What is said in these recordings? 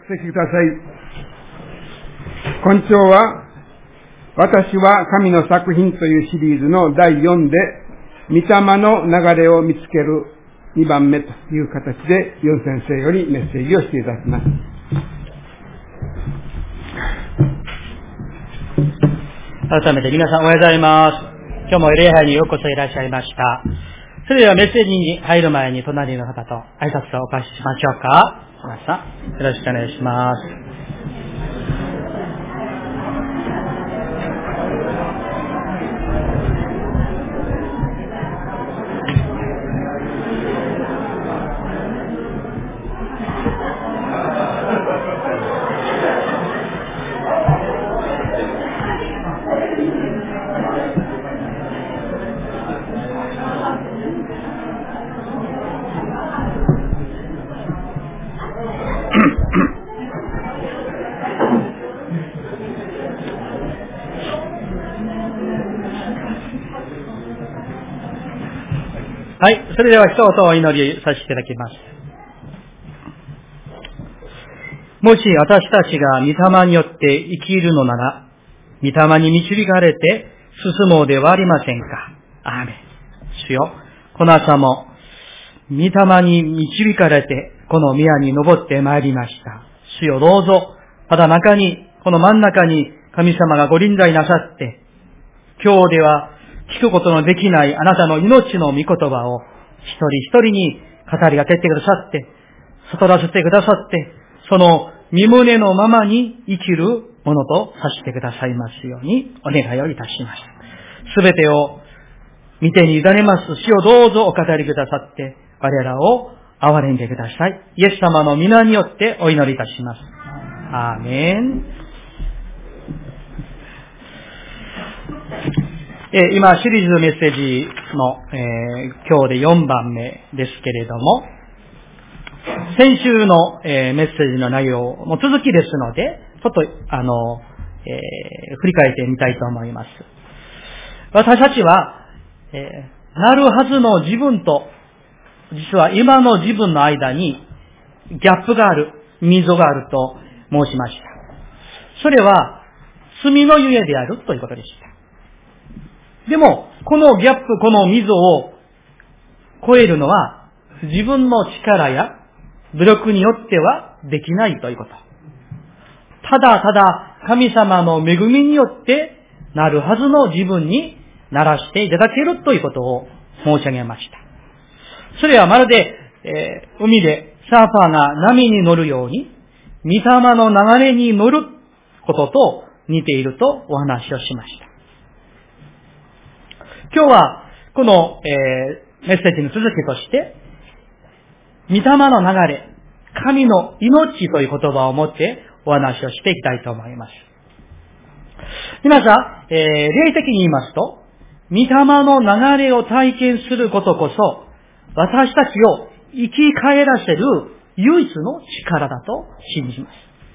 席ください。今朝は、私は神の作品というシリーズの第4で、御霊の流れを見つける2番目という形で、ユン先生よりメッセージをしていただきます。 改めて皆さんおはようございます。今日も礼拝にようこそいらっしゃいました。それではメッセージに入る前に隣の方と挨拶をお返ししましょうか。皆さんよろしくお願いします。はい、それでは一言お祈りさせていただきます。もし私たちが御霊によって生きるのなら、御霊に導かれて進もうではありませんか。アーメン。主よ、この朝も御霊に導かれてこの宮に登ってまいりました。主よ、どうぞまた中に、この真ん中に神様がご臨在なさって、今日では聞くことのできないあなたの命の御言葉を一人一人に語り当ててくださって、悟らせてくださって、その身胸のままに生きるものとさせてくださいますようにお願いをいたします。すべてを御手に委ねます。主をどうぞお語りくださって、我らを憐れんでください。イエス様の皆によってお祈りいたします。アーメン。今、シリーズメッセージの、今日で4番目ですけれども、先週の、メッセージの内容も続きですので、ちょっと、振り返ってみたいと思います。私たちは、なるはずの自分と、実は今の自分の間にギャップがある、溝があると申しました。それは、罪のゆえであるということでした。でも、このギャップ、この溝を越えるのは、自分の力や努力によってはできないということ。ただただ神様の恵みによってなるはずの自分にならしていただけるということを申し上げました。それはまるで、海でサーファーが波に乗るように、御霊の流れに乗ることと似ているとお話をしました。今日はこの、メッセージの続きとして、御霊の流れ、神の命という言葉を持ってお話をしていきたいと思います。皆さん、霊的に言いますと、御霊の流れを体験することこそ、私たちを生き返らせる唯一の力だと信じます。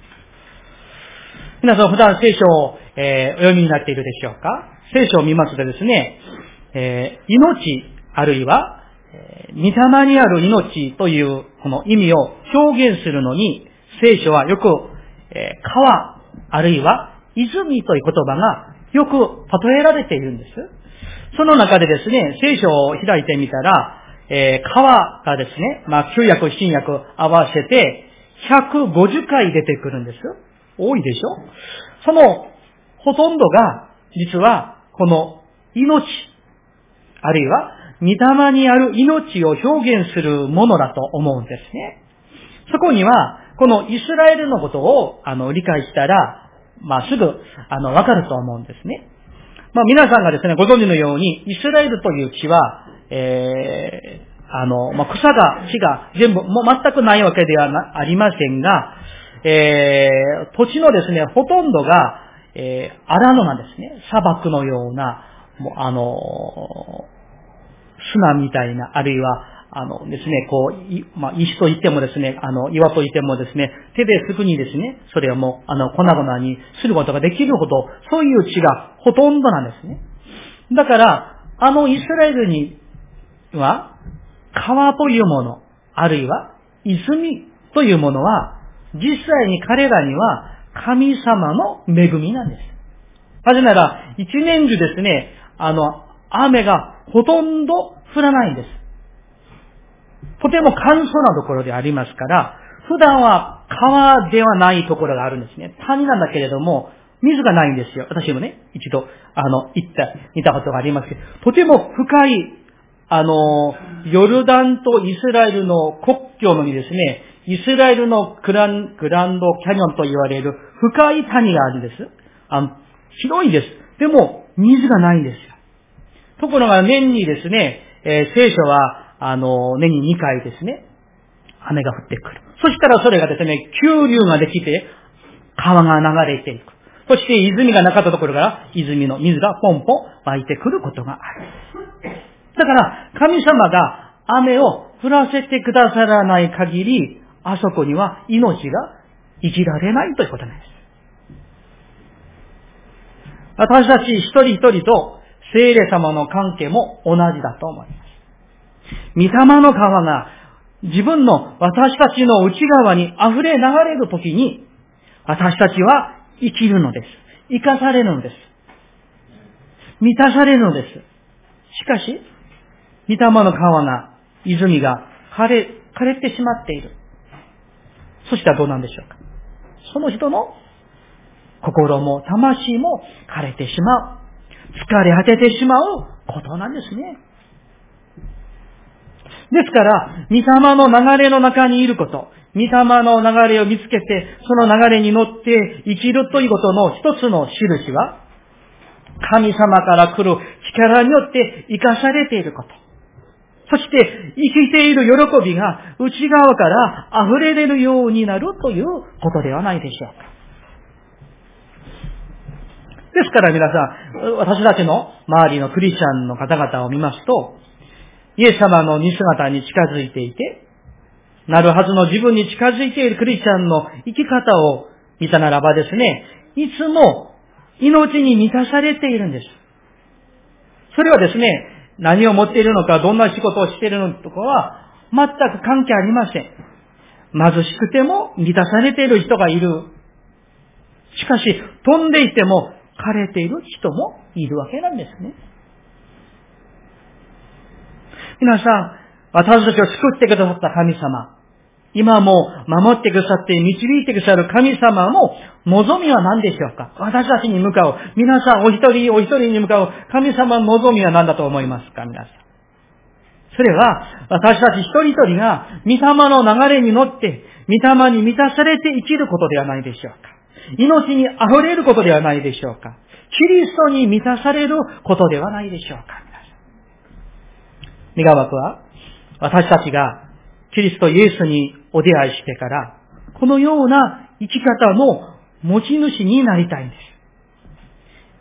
皆さん普段聖書を、お読みになっているでしょうか。聖書を見ますとですね、命あるいは、御霊にある命というこの意味を表現するのに、聖書はよく、川あるいは泉という言葉がよく例えられているんです。その中でですね、聖書を開いてみたら、川がですね、旧約新約合わせて150回出てくるんです。多いでしょ。そのほとんどが実はこの命あるいは御霊にある命を表現するものだと思うんですね。そこにはこのイスラエルのことを理解したら、すぐわかると思うんですね。皆さんがですね、ご存知のようにイスラエルという地は、草が地が全部もう全くないわけではありませんが、土地のですね、ほとんどが、荒野なんですね。砂漠のような、砂みたいな、あるいは、ですね、石といってもですね、岩といってもですね、手ですぐにですね、それをもう、粉々にすることができるほど、そういう地がほとんどなんですね。だから、イスラエルには、川というもの、あるいは泉というものは実際に彼らには神様の恵みなんです。なぜなら、一年中ですね、雨がほとんど降らないんです。とても乾燥なところでありますから、普段は川ではないところがあるんですね。谷なんだけれども、水がないんですよ。私もね、一度、見たことがありますけど、とても深い、ヨルダンとイスラエルの国境のにですね、イスラエルのグランドキャニオンと言われる深い谷があるんです。広いです。でも、水がないんですよ。ところが年にですね、聖書は、年に2回ですね、雨が降ってくる。そしたらそれがですね、急流ができて、川が流れていく。そして泉がなかったところから泉の水がポンポン湧いてくることがある。だから、神様が雨を降らせてくださらない限り、あそこには命が生きられないということなんです。私たち一人一人と聖霊様の関係も同じだと思います。御霊の川が自分の私たちの内側に溢れ流れるときに、私たちは生きるのです。生かされるのです。満たされるのです。しかし、御霊の川が、泉が枯れてしまっている。そしたらどうなんでしょうか。その人の心も魂も枯れてしまう。疲れ果ててしまうことなんですね。ですから、御霊の流れの中にいること、御霊の流れを見つけて、その流れに乗って生きるということの一つの印は、神様から来る力によって生かされていること。そして、生きている喜びが内側から溢れ出るようになるということではないでしょうか。ですから皆さん、私たちの周りのクリスチャンの方々を見ますと、イエス様の似姿に近づいていて、なるはずの自分に近づいているクリスチャンの生き方を見たならばですね、いつも命に満たされているんです。それはですね、何を持っているのか、どんな仕事をしているのかは全く関係ありません。貧しくても満たされている人がいる。しかし、飛んでいても枯れている人もいるわけなんですね。皆さん、私たちを救ってくださった神様、今も守ってくださって導いてくださる神様の望みは何でしょうか。私たちに向かう、皆さんお一人お一人に向かう神様の望みは何だと思いますか、皆さん。それは、私たち一人一人が御霊の流れに乗って、御霊に満たされて生きることではないでしょうか。命に溢れることではないでしょうか。キリストに満たされることではないでしょうか。願わくは、私たちがキリストイエスにお出会いしてから、このような生き方の持ち主になりたいんです。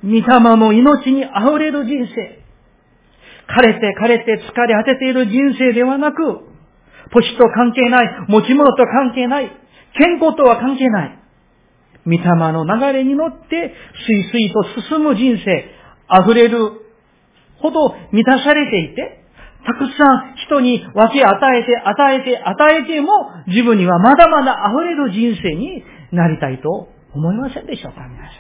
御霊の命に溢れる人生。枯れて疲れ果てている人生ではなく、年と関係ない、持ち物と関係ない、健康とは関係ない。御霊の流れに乗って、すいすいと進む人生、溢れるほど満たされていて、たくさん人に分け与えても、自分にはまだまだ溢れる人生になりたいと思いませんでしょうか、皆さ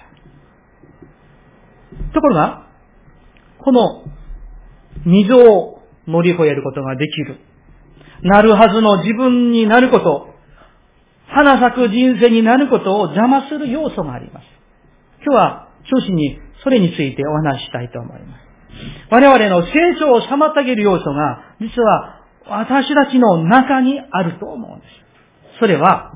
ん。ところが、この溝を乗り越えることができる。なるはずの自分になること、花咲く人生になることを邪魔する要素があります。今日は中心にそれについてお話ししたいと思います。我々の成長を妨げる要素が、実は私たちの中にあると思うんです。それは、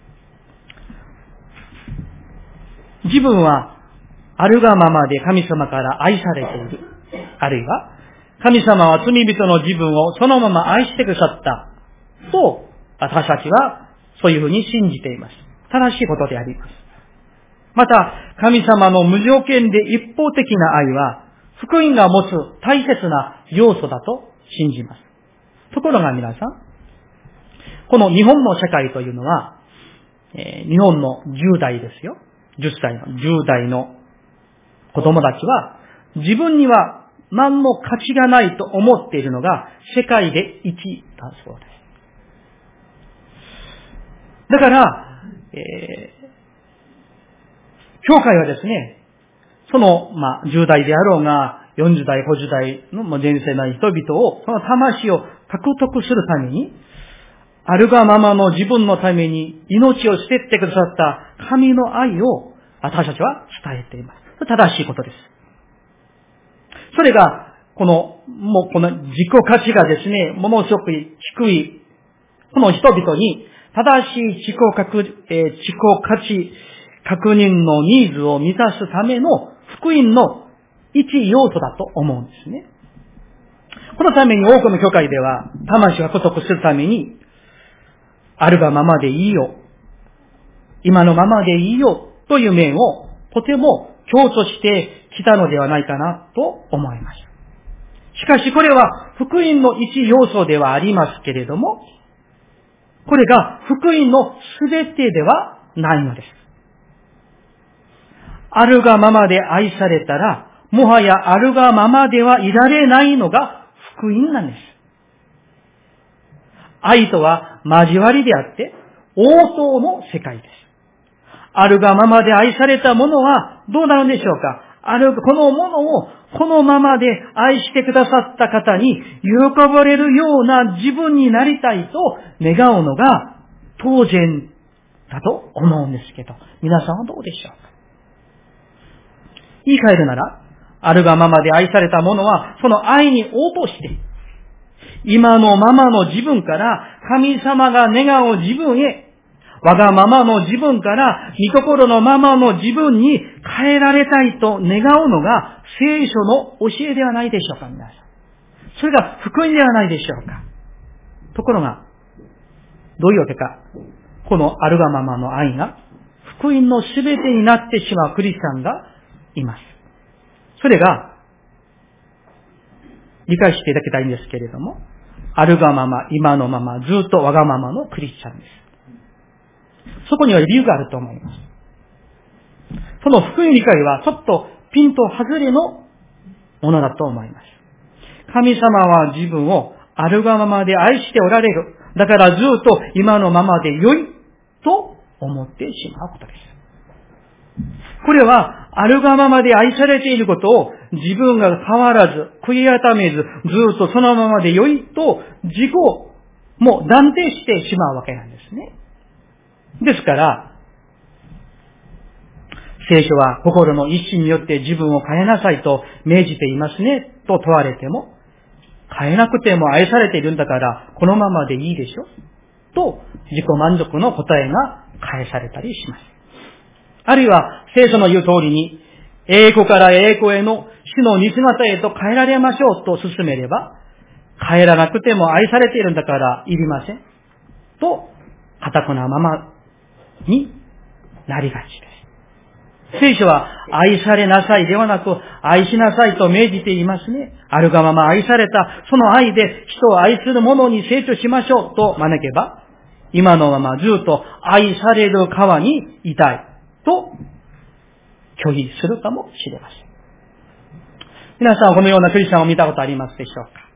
自分はあるがままで神様から愛されている。あるいは、神様は罪人の自分をそのまま愛してくださったと、私たちはそういうふうに信じています。正しいことであります。また、神様の無条件で一方的な愛は、福音が持つ大切な要素だと信じます。ところが皆さん、この日本の社会というのは、日本の10代ですよ。10代の子供たちは、自分には何の価値がないと思っているのが世界で1だそうです。だから、 教会はですね、その、10代であろうが、40代、50代の前世の人々を、その魂を獲得するために、あるがままの自分のために命を捨ててくださった神の愛を私たちは伝えています。それ正しいことです。それが、この自己価値がですね、ものすごく低い、この人々に正しい自己価値確認のニーズを満たすための福音の一要素だと思うんですね。このために多くの教会では、魂を獲得するために、あるがままでいいよ、今のままでいいよという面をとても強調してきたのではないかなと思います。しかしこれは福音の一要素ではありますけれども、これが福音のすべてではないのです。あるがままで愛されたら、もはやあるがままではいられないのが福音なんです。愛とは交わりであって、応答の世界です。あるがままで愛されたものはどうなるんでしょうか。このものをこのままで愛してくださった方に喜ばれるような自分になりたいと願うのが当然だと思うんですけど、皆さんはどうでしょうか。言い換えるなら、あるがままで愛されたものはその愛に応答して、今のままの自分から神様が願う自分へ、わがままの自分から御心のままの自分に変えられたいと願うのが聖書の教えではないでしょうか、皆さん。それが福音ではないでしょうか。ところが、どういうわけか、このあるがままの愛が福音のすべてになってしまうクリスチャンがいます。それが、理解していただきたいんですけれども、あるがまま、今のまま、ずっとわがままのクリスチャンです。そこには理由があると思います。その福音理解はちょっとピンと外れのものだと思います。神様は自分をあるがままで愛しておられる。だからずっと今のままで良いと思ってしまうことです。これはあるがままで愛されていることを自分が変わらず、悔い改めず、ずっとそのままで良いと自己も断定してしまうわけなんですね。ですから、聖書は心の一心によって自分を変えなさいと命じていますねと問われても、変えなくても愛されているんだからこのままでいいでしょと自己満足の答えが返されたりします。あるいは聖書の言う通りに栄光から栄光への主の似姿へと変えられましょうと進めれば、変えらなくても愛されているんだからいりませんと堅くなままになりがちです。聖書は愛されなさいではなく愛しなさいと命じていますね。あるがまま愛されたその愛で人を愛する者に成長しましょうと招けば、今のままずっと愛される川にいたいと拒否するかもしれません。皆さんはこのようなクリスチャンを見たことありますでしょうか。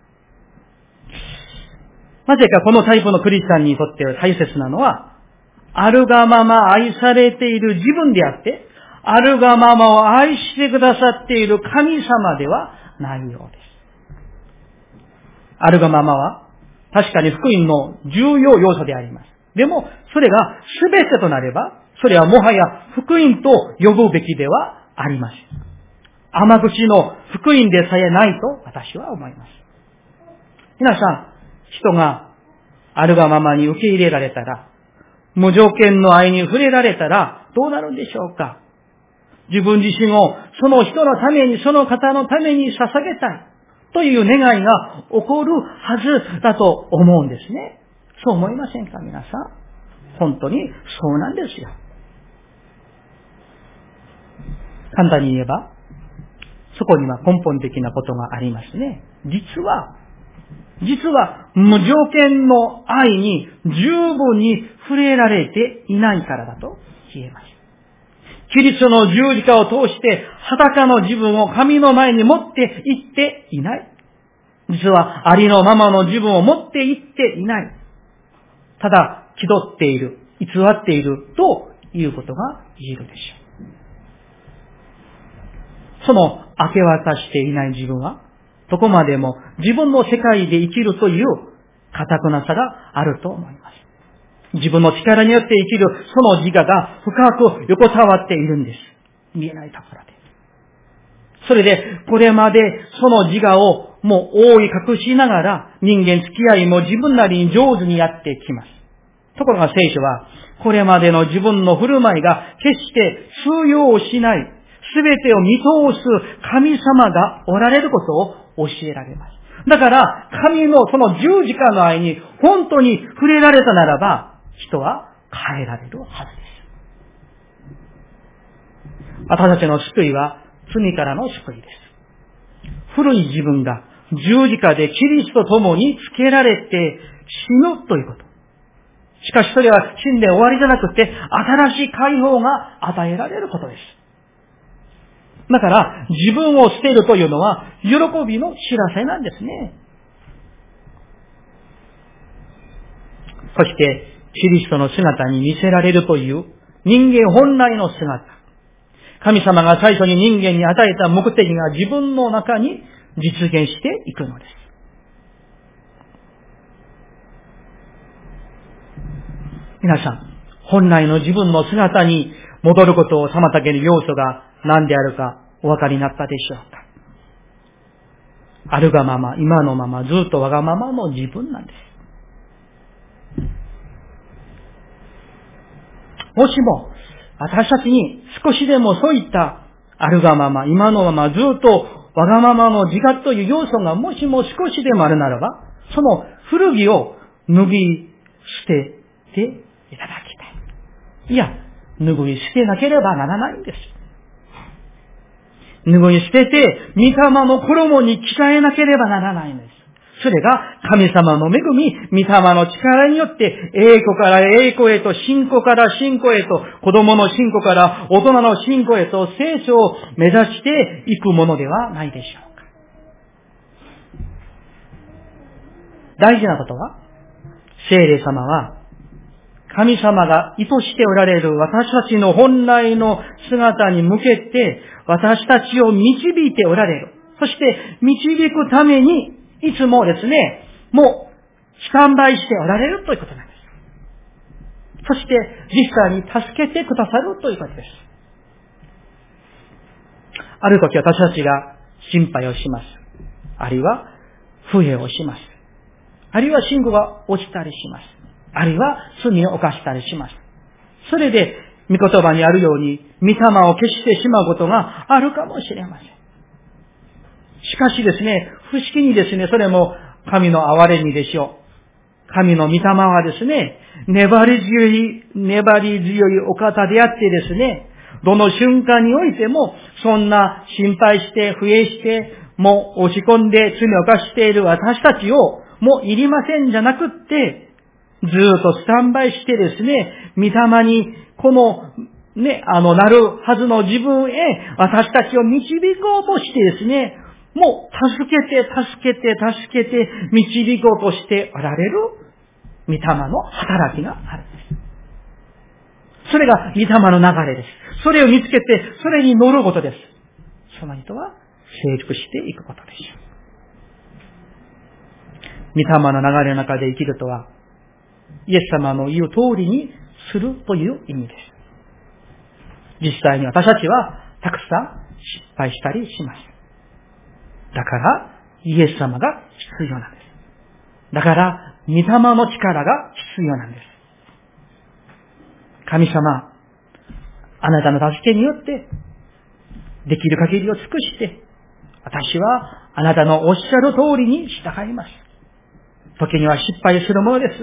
なぜかこのタイプのクリスチャンにとって大切なのは、あるがまま愛されている自分であって、あるがままを愛してくださっている神様ではないようです。あるがままは確かに福音の重要要素であります。でもそれが全てとなれば、それはもはや福音と呼ぶべきではありません。甘口の福音でさえないと私は思います。皆さん、人があるがままに受け入れられたら、無条件の愛に触れられたらどうなるんでしょうか。自分自身をその人のために、その方のために捧げたいという願いが起こるはずだと思うんですね。そう思いませんか、皆さん。本当にそうなんですよ。簡単に言えば、そこには根本的なことがありますね。実は無条件の愛に十分に触れられていないからだと言えます。キリストの十字架を通して裸の自分を神の前に持っていっていない。実はありのままの自分を持っていっていない。ただ気取っている、偽っているということが言えるでしょう。その明け渡していない自分は、どこまでも自分の世界で生きるという堅くなさがあると思います。自分の力によって生きるその自我が深く横たわっているんです。見えないところで。それで、これまでその自我をもう覆い隠しながら人間付き合いも自分なりに上手にやってきます。ところが聖書は、これまでの自分の振る舞いが決して通用しない、すべてを見通す神様がおられることを教えられます。だから、神のその十字架の愛に本当に触れられたならば、人は変えられるはずです。私たちの救いは罪からの救いです。古い自分が十字架でキリストと共につけられて死ぬということ。しかしそれは死んで終わりじゃなくて、新しい解放が与えられることです。だから、自分を捨てるというのは、喜びの知らせなんですね。そして、キリストの姿に見せられるという人間本来の姿。神様が最初に人間に与えた目的が自分の中に実現していくのです。皆さん、本来の自分の姿に戻ることを妨げる要素が何であるかお分かりになったでしょうか。あるがまま、今のまま、ずっとわがままの自分なんです。もしも、私たちに少しでもそういったあるがまま、今のまま、ずっとわがままの自我という要素がもしも少しでもあるならば、その古着を脱ぎ捨てていただきたい。いや、脱ぎ捨てなければならないんです。脱ぎ捨てて、御霊の衣に着替えなければならないんです。それが神様の恵み、御霊の力によって、栄光から栄光へと、信仰から信仰へと、子供の信仰から大人の信仰へと、成長を目指していくものではないでしょうか。大事なことは、聖霊様は、神様が意図しておられる私たちの本来の姿に向けて、私たちを導いておられる。そして、導くために、いつもですね、もう、スタンバイしておられるということなんです。そして、実際に助けてくださるということです。ある時私たちが心配をします。あるいは、不平をします。あるいは信仰が落ちたりします。あるいは、罪を犯したりします。それで、御言葉にあるように、御霊を消してしまうことがあるかもしれません。しかしですね、不思議にですね、それも神の憐れみでしょう。神の御霊はですね、粘り強いお方であってですね、どの瞬間においても、そんな心配して、不栄して、もう押し込んで罪を犯している私たちを、もういりませんじゃなくって、ずっとスタンバイしてですね、御霊に、この、ね、なるはずの自分へ、私たちを導こうとしてですね、もう、助けて、導こうとしておられる、御霊の働きがあるんです。それが御霊の流れです。それを見つけて、それに乗ることです。その人は、成熟していくことでしょう。御霊の流れの中で生きるとは、イエス様の言う通りにするという意味です。実際に私たちは、たくさん失敗したりします。だから、イエス様が必要なんです。だから、御霊の力が必要なんです。神様、あなたの助けによって、できる限りを尽くして、私はあなたのおっしゃる通りに従います。時には失敗するものです。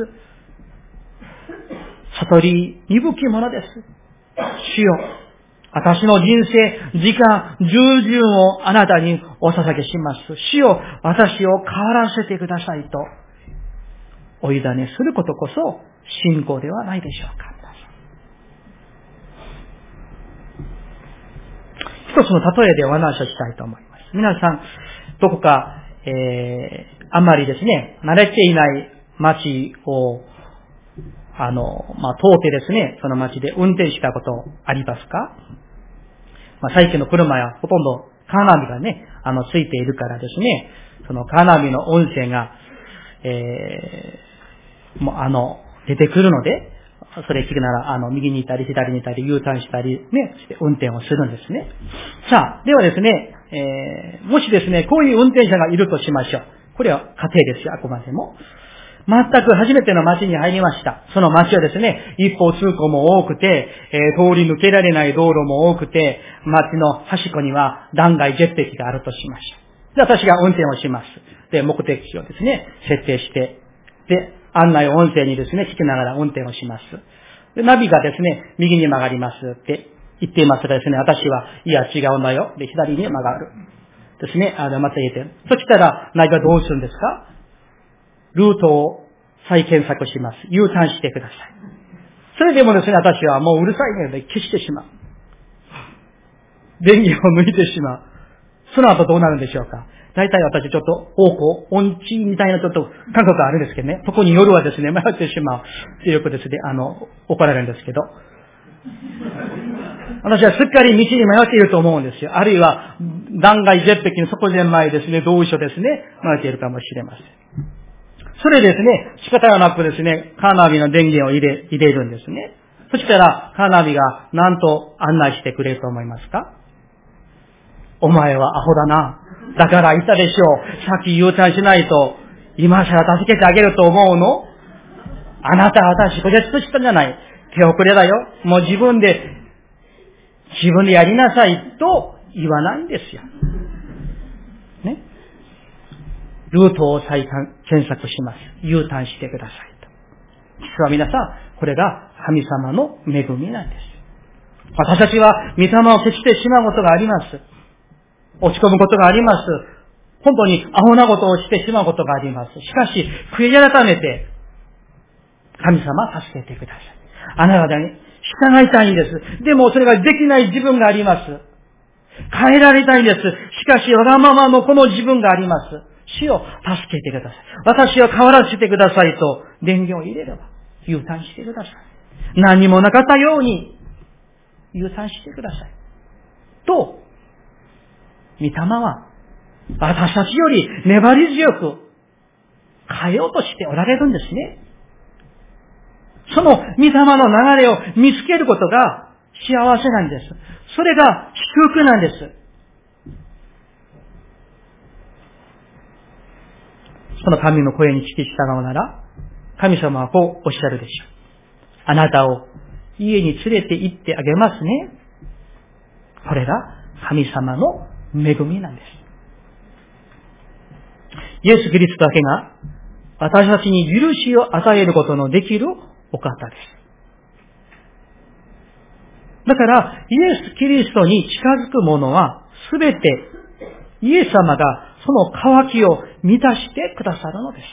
悟り、鈍きものです。主よ、私の人生、時間、従順をあなたにお捧げします。主よ、私を変わらせてくださいと、お委ねすることこそ、信仰ではないでしょうか。一つの例えでお話をしたいと思います。皆さん、どこか、あんまりですね、慣れていない街を通ってですね、その町で運転したことありますか？最近の車やほとんどカーナビがね、ついているからですね、そのカーナビの音声が、出てくるので、それ聞くなら、右に行ったり左に行ったり U ターンしたりね、して運転をするんですね。さあ、ではですね、もしですね、こういう運転者がいるとしましょう。これは家庭ですよ、あくまでも。全く初めての町に入りました。その町はですね、一方通行も多くて、通り抜けられない道路も多くて、町の端っこには断崖絶壁があるとしましょう。で、私が運転をします。で、目的地をですね、設定して、で、案内音声にですね、聞きながら運転をします。で、ナビがですね、右に曲がりますって言っていますがですね、私は、いや違うんだよ。で、左に曲がる。ですね、また言えて。そしたら、ナビはどうするんですか？ルートを再検索します。U ターンしてください。それでもですね、私はもううるさいので消してしまう。電源を抜いてしまう。その後どうなるんでしょうか？大体私ちょっと音痴みたいなちょっと感覚があるんですけどね。特に夜はですね、迷ってしまう。ってよくですね、怒られるんですけど。私はすっかり道に迷っていると思うんですよ。あるいは、断崖絶壁の底前前ですね、同意書ですね、迷っているかもしれません。それですね、仕方がなくですね、カーナビの電源を入れるんですね。そしたら、カーナビが何と案内してくれると思いますか？お前はアホだな。だから言ったでしょう。さっき U ターンしないと、今さら助けてあげると思うの？あなたは私、拒絶したんじゃない。手遅れだよ。もう自分でやりなさいと言わないんですよ。ね。ルートを再検索します。U ターンしてくださいと。実は皆さん、これが神様の恵みなんです。私たちは御霊を消してしまうことがあります。落ち込むことがあります。本当にアホなことをしてしまうことがあります。しかし、悔い改めて、神様助けてください。あなたに従いたいんです。でもそれができない自分があります。変えられたいんです。しかし、わがままのこの自分があります。主を助けてください。私を変わらせてくださいと、電源を入れれば、U ターンしてください。何もなかったように、U ターンしてください。と、御霊は、私たちより粘り強く変えようとしておられるんですね。その御霊の流れを見つけることが幸せなんです。それが祝福なんです。その神の声に聞き従うなら、神様はこうおっしゃるでしょう。あなたを家に連れて行ってあげますね。これが神様の恵みなんです。イエス・キリストだけが私たちに許しを与えることのできるお方です。だから、イエス・キリストに近づく者は、すべて、イエス様がその渇きを満たしてくださるのです。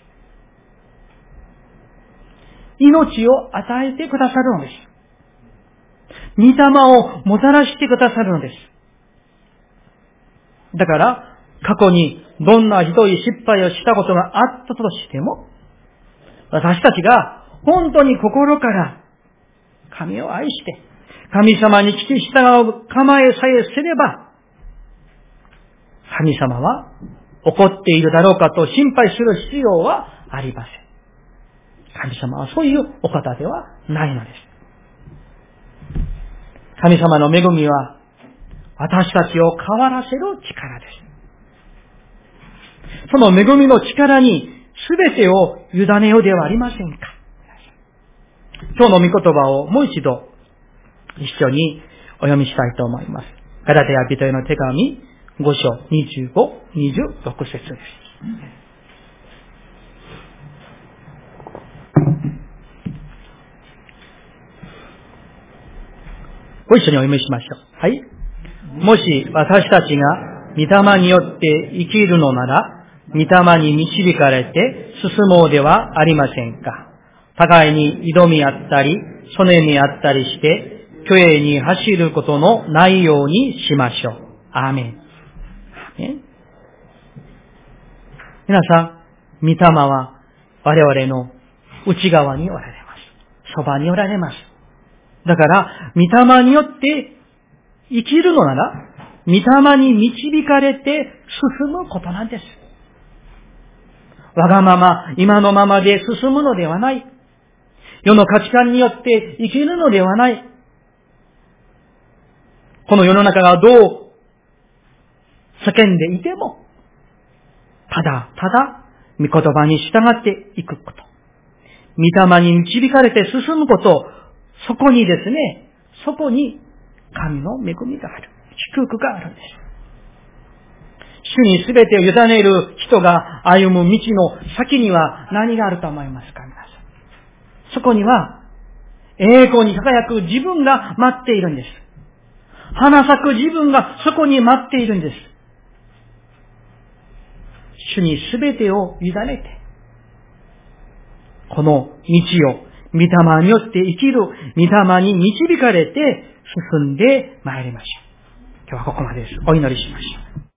命を与えてくださるのです。御霊をもたらしてくださるのです。だから、過去にどんなひどい失敗をしたことがあったとしても、私たちが本当に心から神を愛して、神様に聞き従う構えさえすれば、神様は怒っているだろうかと心配する必要はありません。神様はそういうお方ではないのです。神様の恵みは私たちを変わらせる力です。その恵みの力に全てを委ねようではありませんか。今日の御言葉をもう一度一緒にお読みしたいと思います。ガラテヤ人への手紙5章25、26節です。ご一緒にお読みしましょう。はい。もし私たちが御霊によって生きるのなら、御霊に導かれて進もうではありませんか。互いに挑み合ったり、そねみ合ったりして、虚栄に走ることのないようにしましょう。アーメン。アーメン。皆さん、御霊は我々の内側におられます。 そばにおられます。だから、御霊によって生きるのなら、御霊に導かれて進むことなんです。わがまま、今のままで進むのではない。世の価値観によって生きるのではない。この世の中がどう叫んでいても、ただただ御言葉に従っていくこと。御霊に導かれて進むこと、そこにですね、そこに神の恵みがある。祝福があるんです。主にすべてを委ねる人が歩む道の先には何があると思いますか、皆さん。そこには栄光に輝く自分が待っているんです。花咲く自分がそこに待っているんです。主にすべてを委ねて、この道を御霊によって生きる御霊に導かれて進んでまいりましょう。今日はここまでです。お祈りしましょう。